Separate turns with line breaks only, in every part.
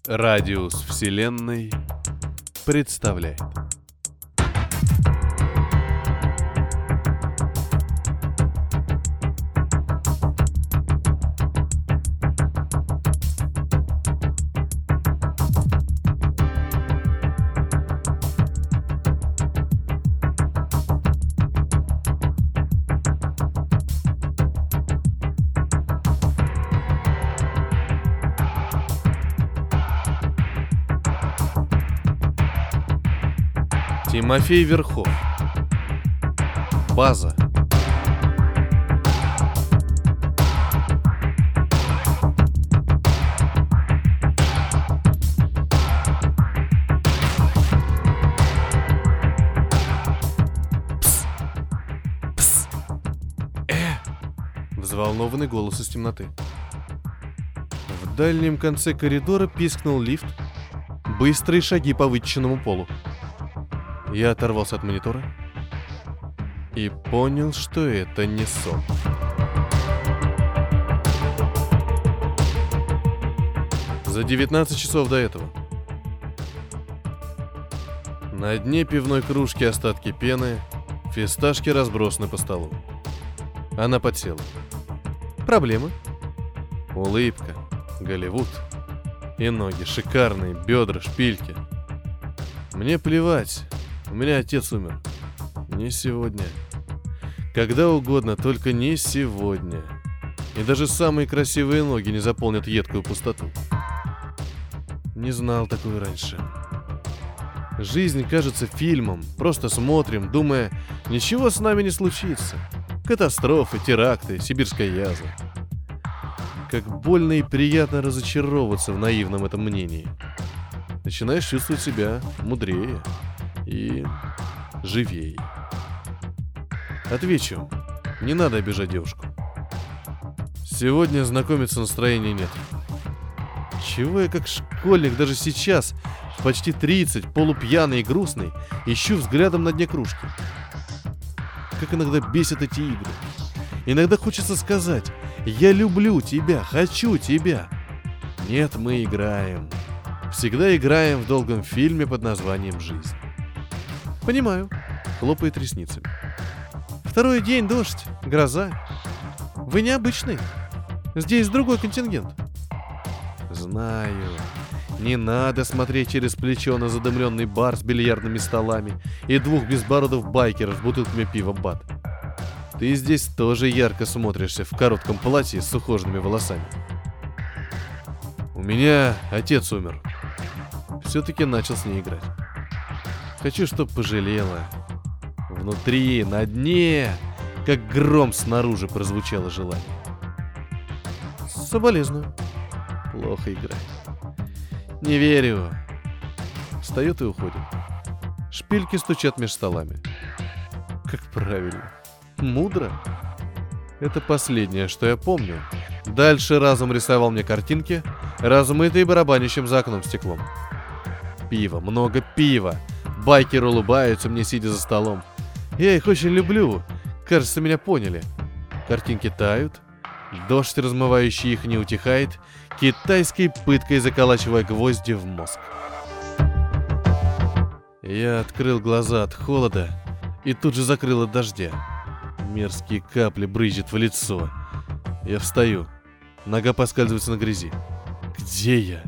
Радиус Вселенной представляет. Тимофей Верхов. База. Пс. Пс. Взволнованный голос из темноты. В дальнем конце коридора пискнул лифт. Быстрые шаги по выточенному полу. Я оторвался от монитора и понял, что это не сон. За 19 часов до этого. На дне пивной кружки остатки пены, фисташки разбросаны по столу. Она подсела. Проблемы? Улыбка, Голливуд и ноги шикарные, бедра, шпильки. Мне плевать. У меня отец умер. Не сегодня. Когда угодно, только не сегодня. И даже самые красивые ноги не заполнят едкую пустоту. Не знал такого раньше. Жизнь кажется фильмом. Просто смотрим, думая, ничего с нами не случится. Катастрофы, теракты, сибирская язва. Как больно и приятно разочаровываться в наивном этом мнении. Начинаешь чувствовать себя мудрее и живее. Отвечу, не надо обижать девушку. Сегодня знакомиться настроения нет. Чего я как школьник даже сейчас, в почти 30, полупьяный и грустный, ищу взглядом на дне кружки. Как иногда бесят эти игры. Иногда хочется сказать: я люблю тебя, хочу тебя. Нет, мы играем. Всегда играем в долгом фильме под названием «Жизнь». Понимаю. Хлопает ресницами. Второй день, дождь, гроза. Вы необычный. Здесь другой контингент. Знаю. Не надо смотреть через плечо на задымленный бар с бильярдными столами и двух безбородых байкеров с бутылками пива «Бад». Ты здесь тоже ярко смотришься в коротком платье с ухоженными волосами. У меня отец умер. Все-таки начал с ней играть. Хочу, чтоб пожалела. Внутри, на дне, как гром снаружи прозвучало желание. Соболезную. Плохо играет. Не верю. Встает и уходит. Шпильки стучат меж столами. Как правильно. Мудро. Это последнее, что я помню. Дальше разум рисовал мне картинки, размытые барабанящим за окном стеклом. Пиво, много пива. Байкеры улыбаются мне, сидя за столом. Я их очень люблю. Кажется, меня поняли. Картинки тают. Дождь, размывающий их, не утихает, китайской пыткой заколачивая гвозди в мозг. Я открыл глаза от холода и тут же закрыл от дождя. Мерзкие капли брызжут в лицо. Я встаю. Нога поскальзывается на грязи. Где я?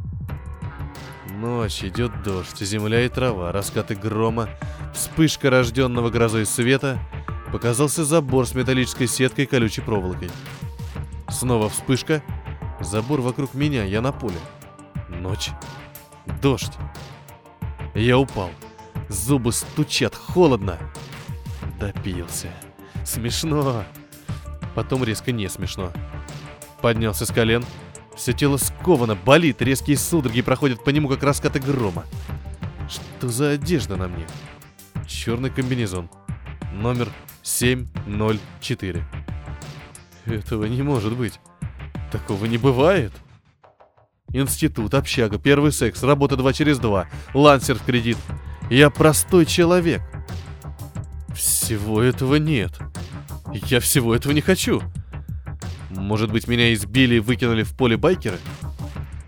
Ночь, идет дождь, земля и трава, раскаты грома, вспышка рожденного грозой света, показался забор с металлической сеткой и колючей проволокой. Снова вспышка, забор вокруг меня, я на поле. Ночь, дождь. Я упал, зубы стучат, холодно. Допился. Смешно. Потом резко не смешно. Поднялся с колен. Все тело сковано, болит, резкие судороги проходят по нему, как раскаты грома. Что за одежда на мне? Черный комбинезон. Номер 704. Этого не может быть. Такого не бывает. Институт, общага, первый секс, работа 2 через 2, лансер в кредит. Я простой человек. Всего этого нет. Я всего этого не хочу. Может быть, меня избили и выкинули в поле байкеры?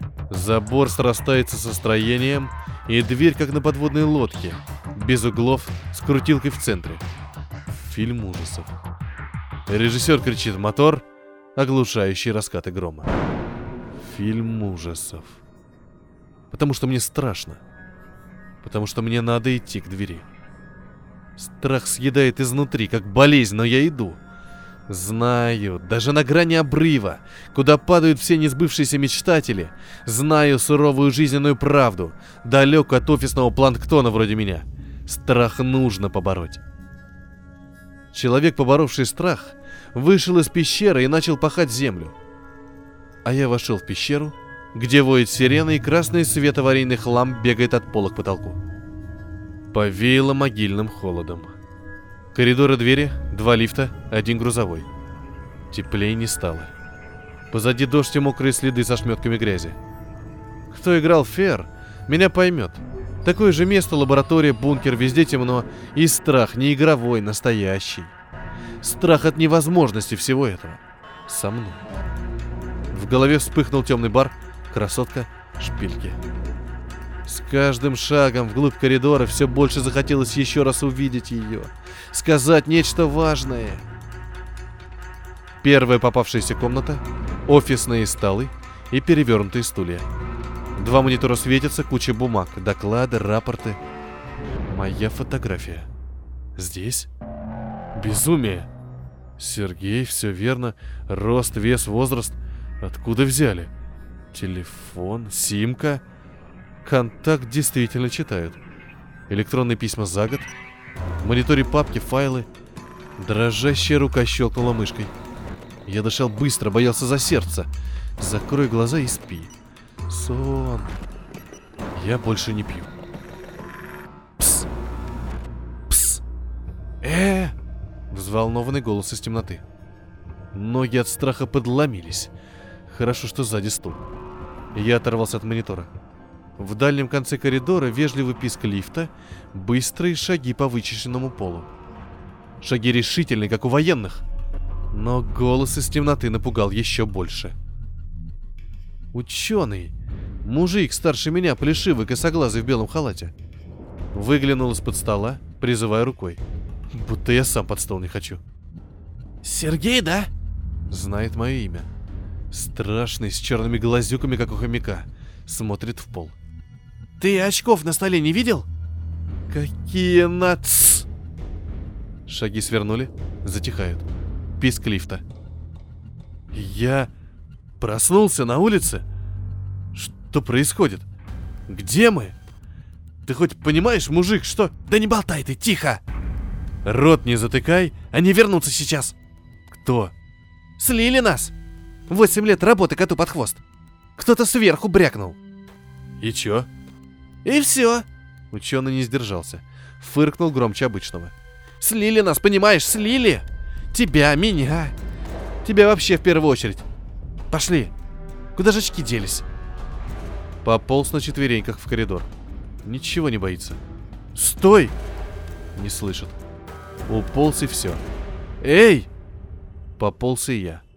Забор срастается со строением, и дверь как на подводной лодке, без углов, с крутилкой в центре. Фильм ужасов. Режиссер кричит «Мотор!», оглушающие раскаты грома. Фильм ужасов. Потому что мне страшно. Потому что мне надо идти к двери. Страх съедает изнутри, как болезнь, но я иду. Знаю, даже на грани обрыва, куда падают все несбывшиеся мечтатели, знаю суровую жизненную правду, далеко от офисного планктона вроде меня. Страх нужно побороть. Человек, поборовший страх, вышел из пещеры и начал пахать землю. А я вошел в пещеру, где воет сирена и красный свет аварийных ламп бегает от пола к потолку. Повеяло могильным холодом. Коридоры, двери, 2 лифта, 1 грузовой. Теплее не стало. Позади дождь и мокрые следы со шметками грязи. Кто играл в Фер, меня поймет. Такое же место, лаборатория, бункер, везде темно. И страх не игровой, настоящий. Страх от невозможности всего этого. Со мной. В голове вспыхнул темный бар, красотка, шпильки. С каждым шагом вглубь коридора все больше захотелось еще раз увидеть ее. Сказать нечто важное. Первая попавшаяся комната, офисные столы и перевернутые стулья. 2 монитора светятся, куча бумаг, доклады, рапорты. Моя фотография. Здесь? Безумие. Сергей, все верно. Рост, вес, возраст. Откуда взяли? Телефон, симка. Контакт действительно читают. Электронные письма за год. В мониторе папки, файлы. Дрожащая рука щелкнула мышкой. Я дышал быстро, боялся за сердце. Закрой глаза и спи. Сон. Я больше не пью. Пс. Пс. Взволнованный голос из темноты. Ноги от страха подломились. Хорошо, что сзади стул. Я оторвался от монитора. В дальнем конце коридора вежливый писк лифта, быстрые шаги по вычищенному полу. Шаги решительные, как у военных. Но голос из темноты напугал еще больше. Ученый, мужик старше меня, плешивый, косоглазый в белом халате, выглянул из-под стола, призывая рукой. Будто я сам под стол не хочу. «Сергей, да?» Знает мое имя. Страшный, с черными глазюками, как у хомяка. Смотрит в пол. «Ты очков на столе не видел?» «Какие нац!» Шаги свернули, затихают. Писк лифта. Я проснулся на улице? Что происходит? Где мы? Ты хоть понимаешь, мужик, что...
Да не болтай ты, тихо!
Рот не затыкай,
они вернутся сейчас.
Кто?
Слили нас. 8 лет работы коту под хвост. Кто-то сверху брякнул.
И чё?
И все.
Ученый не сдержался. Фыркнул громче обычного.
Слили нас, понимаешь, слили. Тебя, меня. Тебя вообще в первую очередь. Пошли. Куда же очки делись?
Пополз на четвереньках в коридор. Ничего не боится. Стой! Не слышит. Уполз и все. Эй! Пополз и я.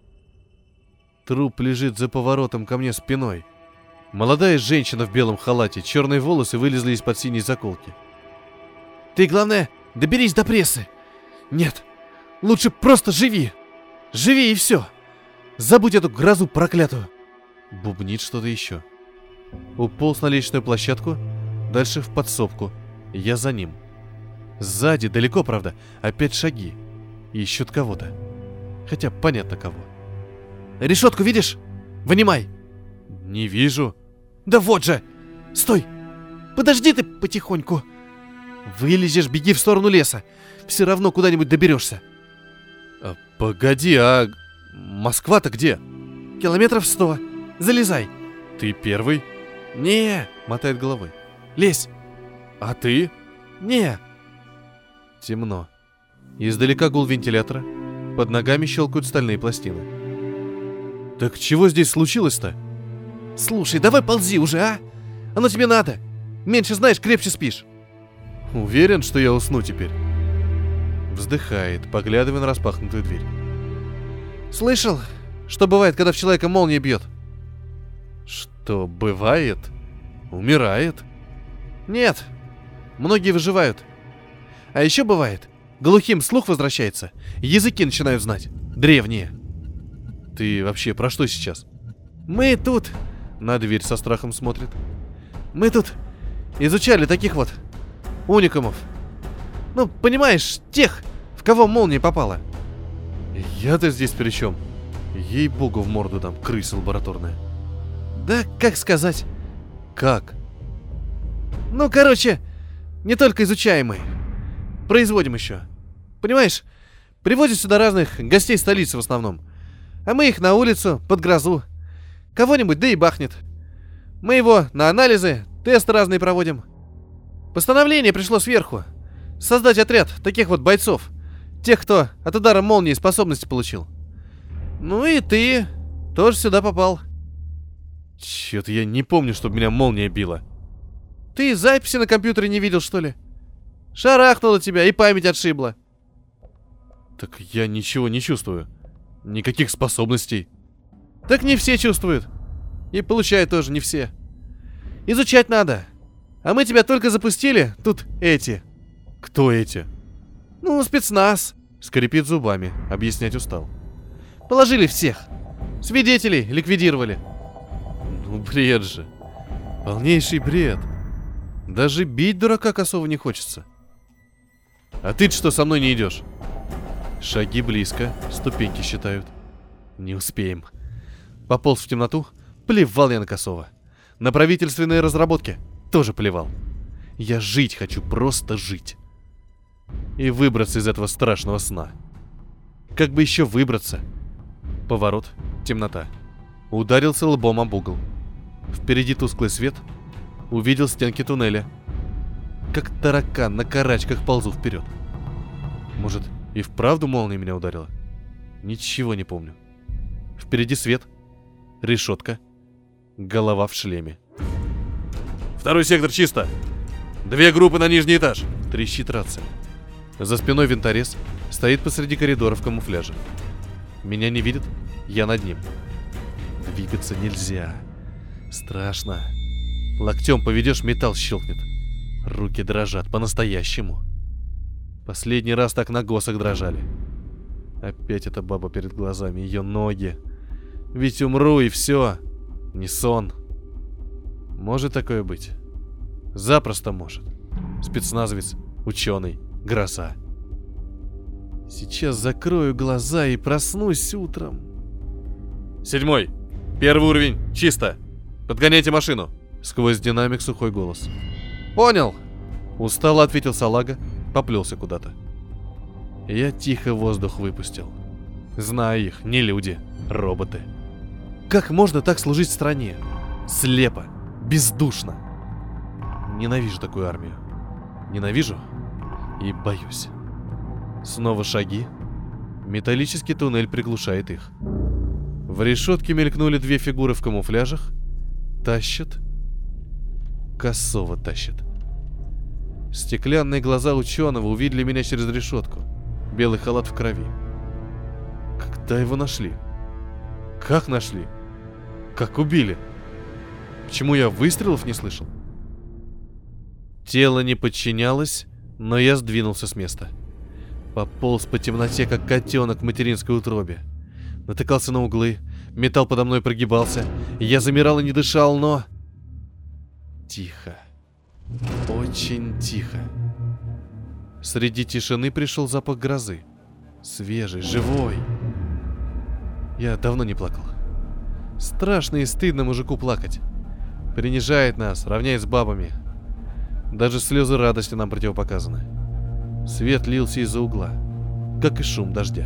Труп лежит за поворотом ко мне спиной. Молодая женщина в белом халате, черные волосы вылезли из-под синей заколки.
Ты, главное, доберись до прессы. Нет, лучше просто живи. Живи и все. Забудь эту грозу проклятую.
Бубнит что-то еще. Уполз на лестничную площадку, дальше в подсобку. Я за ним. Сзади, далеко, правда, опять шаги. Ищут кого-то. Хотя понятно кого.
Решетку видишь? Вынимай.
Не вижу.
Да вот же. Стой. Подожди ты потихоньку. Вылезешь, беги в сторону леса. Все равно куда-нибудь доберешься.
Погоди, а Москва-то где?
Километров 100. Залезай.
Ты первый?
Не,
мотает головой.
Лезь.
А ты?
Не.
Темно. Издалека гул вентилятора. Под ногами щелкают стальные пластины. Так чего здесь случилось-то?
Слушай, давай ползи уже, а? Оно тебе надо. Меньше знаешь, крепче спишь.
Уверен, что я усну теперь? Вздыхает, поглядывая на распахнутую дверь.
Слышал, что бывает, когда в человека молния бьет?
Что? то бывает, умирает.
Нет, многие выживают. А еще бывает, глухим слух возвращается, языки начинают знать, древние.
Ты вообще про что сейчас?
Мы тут...
На дверь со страхом смотрит.
Мы тут изучали таких вот уникумов. Ну, понимаешь, тех, в кого молния попала.
Я-то здесь при чем? Ей-богу, в морду дам, крыса лабораторная.
Да, как сказать?
Как?
Ну, короче, не только изучаемые. Производим еще. Понимаешь, привозят сюда разных гостей столицы в основном. А мы их на улицу, под грозу. Кого-нибудь, да и бахнет. Мы его на анализы, тесты разные проводим. Постановление пришло сверху. Создать отряд таких вот бойцов. Тех, кто от удара молнии способности получил. Ну и ты тоже сюда попал.
Чё-то я не помню, чтобы меня молния била.
Ты записи на компьютере не видел, что ли? Шарахнуло тебя и память отшибла.
Так я ничего не чувствую. Никаких способностей.
Так не все чувствуют. И получают тоже не все. Изучать надо. А мы тебя только запустили, тут эти.
Кто эти?
Ну, спецназ.
Скрипит зубами, объяснять устал.
Положили всех. Свидетелей ликвидировали.
Ну, бред же. Полнейший бред. Даже бить дурака косого не хочется. А ты что со мной не идешь? Шаги близко, ступеньки считают. Не успеем. Пополз в темноту, плевал я на косого. На правительственные разработки тоже плевал. Я жить хочу, просто жить. И выбраться из этого страшного сна. Как бы еще выбраться? Поворот, темнота. Ударился лбом об угол. Впереди тусклый свет. Увидел стенки туннеля. Как таракан на карачках ползу вперед. Может, и вправду молния меня ударила? Ничего не помню. Впереди свет. Решетка. Голова в шлеме. Второй сектор чисто. 2 группы на нижний этаж. Трещит рация. За спиной винторез стоит посреди коридора в камуфляже. Меня не видит, я над ним. Двигаться нельзя. Страшно. Локтем поведешь, металл щелкнет. Руки дрожат по-настоящему. Последний раз так на госах дрожали. Опять эта баба перед глазами, ее ноги. Ведь умру и все. Не сон. Может такое быть? Запросто может. Спецназовец, ученый, гроза. Сейчас закрою глаза и проснусь утром. 7. 1 уровень, чисто. Подгоняйте машину. Сквозь динамик сухой голос.
Понял.
Устало ответил салага, поплелся куда-то. Я тихо воздух выпустил. Знаю их, не люди, роботы. Как можно так служить стране? Слепо, бездушно. Ненавижу такую армию. Ненавижу и боюсь. Снова шаги. Металлический туннель приглушает их. В решетке мелькнули 2 фигуры в камуфляжах. Тащат. Косово тащат. Стеклянные глаза ученого увидели меня через решетку. Белый халат в крови. Когда его нашли? Как нашли? Как убили? Почему я выстрелов не слышал? Тело не подчинялось, но я сдвинулся с места. Пополз по темноте, как котенок в материнской утробе. Натыкался на углы, металл подо мной прогибался. Я замирал и не дышал, но... Тихо. Очень тихо. Среди тишины пришел запах грозы. Свежий, живой. Я давно не плакал. Страшно и стыдно мужику плакать. Принижает нас, равняет с бабами. Даже слезы радости нам противопоказаны. Свет лился из-за угла, как и шум дождя.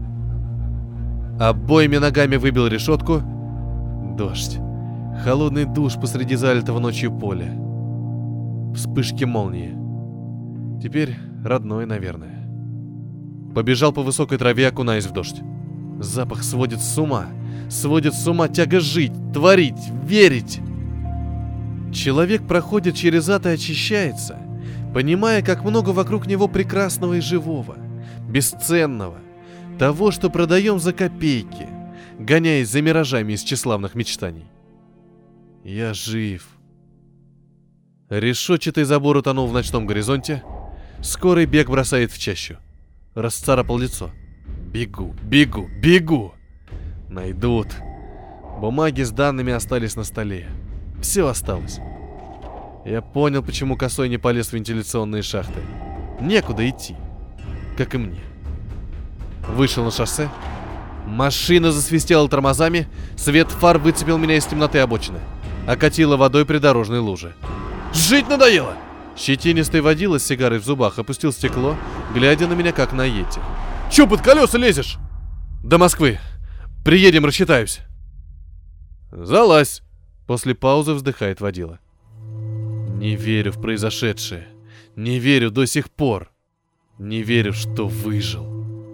Обоими ногами выбил решетку. Дождь. Холодный душ посреди залитого ночью поля. Вспышки молнии. Теперь родной, наверное. Побежал по высокой траве, окунаясь в дождь. Запах сводит с ума. Сводит с ума тяга жить, творить, верить. Человек проходит через ад и очищается, понимая, как много вокруг него прекрасного и живого, бесценного, того, что продаем за копейки, гоняясь за миражами из тщеславных мечтаний. Я жив. Решетчатый забор утонул в ночном горизонте. Скорый бег бросает в чащу. Расцарапал лицо. Бегу, бегу, бегу. Найдут. Бумаги с данными остались на столе. Все осталось. Я понял, почему Косой не полез в вентиляционные шахты. Некуда идти. Как и мне. Вышел на шоссе. Машина засвистела тормозами. Свет фар выцепил меня из темноты обочины. Окатило водой придорожной лужи. Жить надоело! Щетинистый водила с сигарой в зубах опустил стекло, глядя на меня как на йети. Чё под колеса лезешь? До Москвы. Приедем, рассчитаюсь. Залазь. После паузы вздыхает водила. Не верю в произошедшее. Не верю до сих пор. Не верю, что выжил.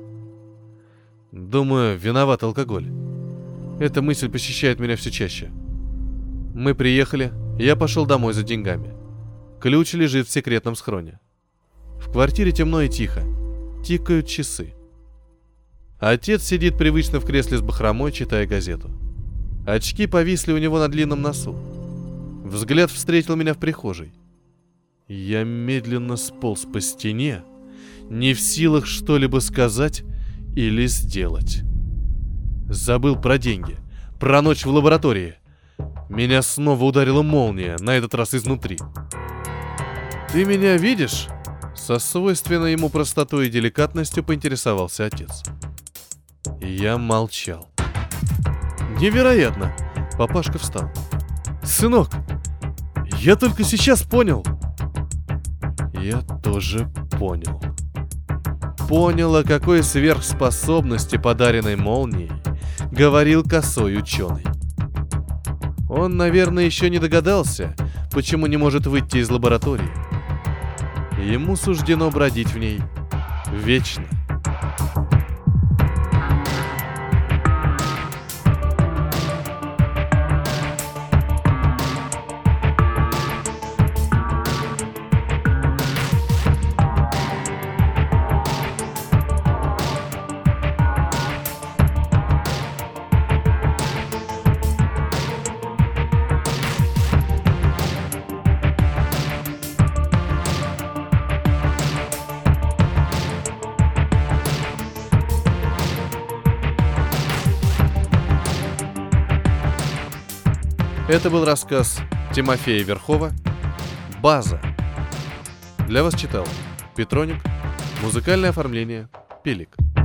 Думаю, виноват алкоголь. Эта мысль посещает меня все чаще. Мы приехали, я пошел домой за деньгами. Ключ лежит в секретном схроне. В квартире темно и тихо. Тикают часы. Отец сидит привычно в кресле с бахромой, читая газету. Очки повисли у него на длинном носу. Взгляд встретил меня в прихожей. Я медленно сполз по стене, не в силах что-либо сказать или сделать. Забыл про деньги, про ночь в лаборатории. Меня снова ударила молния, на этот раз изнутри. «Ты меня видишь?» Со свойственной ему простотой и деликатностью поинтересовался отец. Я молчал. «Невероятно!» Папашка встал. «Сынок, я только сейчас понял!» Я тоже понял. Понял, о какой сверхспособности, подаренной молнией, говорил Косой ученый. Он, наверное, еще не догадался, почему не может выйти из лаборатории. Ему суждено бродить в ней вечно. Это был рассказ Тимофея Верхова «База». Для вас читал Петроник. Музыкальное оформление Пелик.